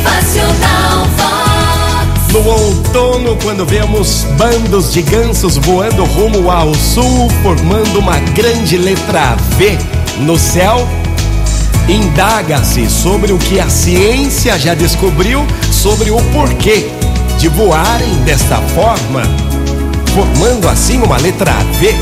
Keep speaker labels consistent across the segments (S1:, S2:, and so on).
S1: Motivacional Vox.
S2: No outono, quando vemos bandos de gansos voando rumo ao sul, formando uma grande letra V no céu, indaga-se sobre o que a ciência já descobriu sobre o porquê de voarem desta forma, formando assim uma letra V.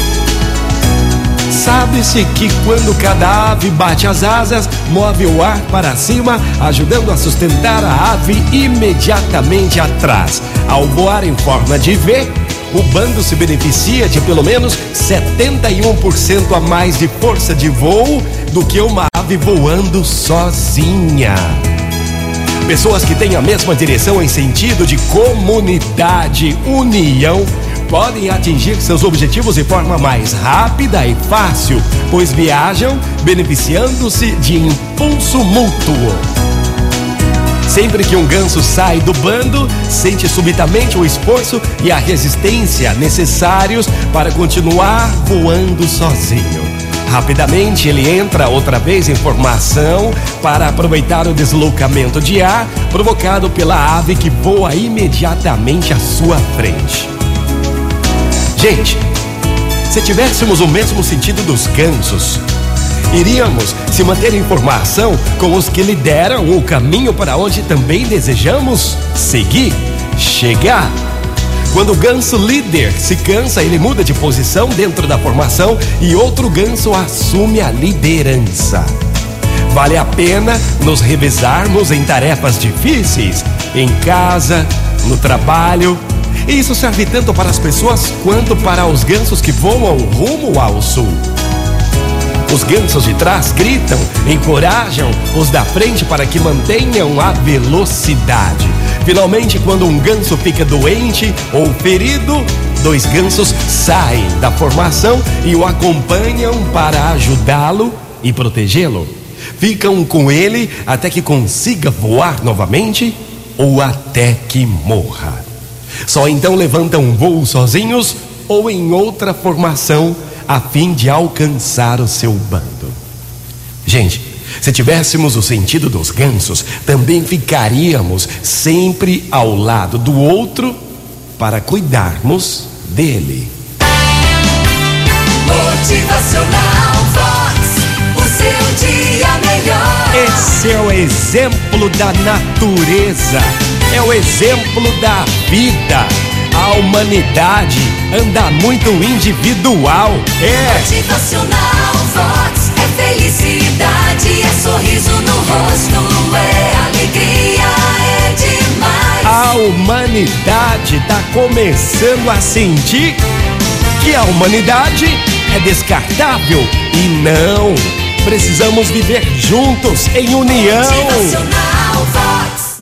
S2: Sabe-se que quando cada ave bate as asas, move o ar para cima, ajudando a sustentar a ave imediatamente atrás. Ao voar em forma de V, o bando se beneficia de pelo menos 71% a mais de força de voo do que uma ave voando sozinha. Pessoas que têm a mesma direção em sentido de comunidade, união, podem atingir seus objetivos de forma mais rápida e fácil, pois viajam beneficiando-se de impulso mútuo. Sempre que um ganso sai do bando, sente subitamente o esforço e a resistência necessários para continuar voando sozinho. Rapidamente ele entra outra vez em formação para aproveitar o deslocamento de ar provocado pela ave que voa imediatamente à sua frente. Gente, se tivéssemos o mesmo sentido dos gansos, iríamos se manter em formação com os que lideram o caminho para onde também desejamos seguir, chegar. Quando o ganso líder se cansa, ele muda de posição dentro da formação e outro ganso assume a liderança. Vale a pena nos revezarmos em tarefas difíceis, em casa, no trabalho. E isso serve tanto para as pessoas quanto para os gansos que voam rumo ao sul. Os gansos de trás gritam, encorajam os da frente para que mantenham a velocidade. Finalmente, quando um ganso fica doente ou ferido, dois gansos saem da formação e o acompanham para ajudá-lo e protegê-lo. Ficam com ele até que consiga voar novamente ou até que morra. Só então levantam voo sozinhos ou em outra formação a fim de alcançar o seu bando. Gente, se tivéssemos o sentido dos gansos, também ficaríamos sempre ao lado do outro para cuidarmos dele.
S1: Motivacional Vox, o seu dia melhor.
S2: Esse é o exemplo da natureza, é o exemplo da vida. A humanidade anda muito individual.
S1: Motivacional Vox é felicidade, é sorriso no rosto, é alegria, é demais.
S2: A humanidade está começando a sentir que a humanidade é descartável e não. Precisamos viver juntos em união.
S1: Motivacional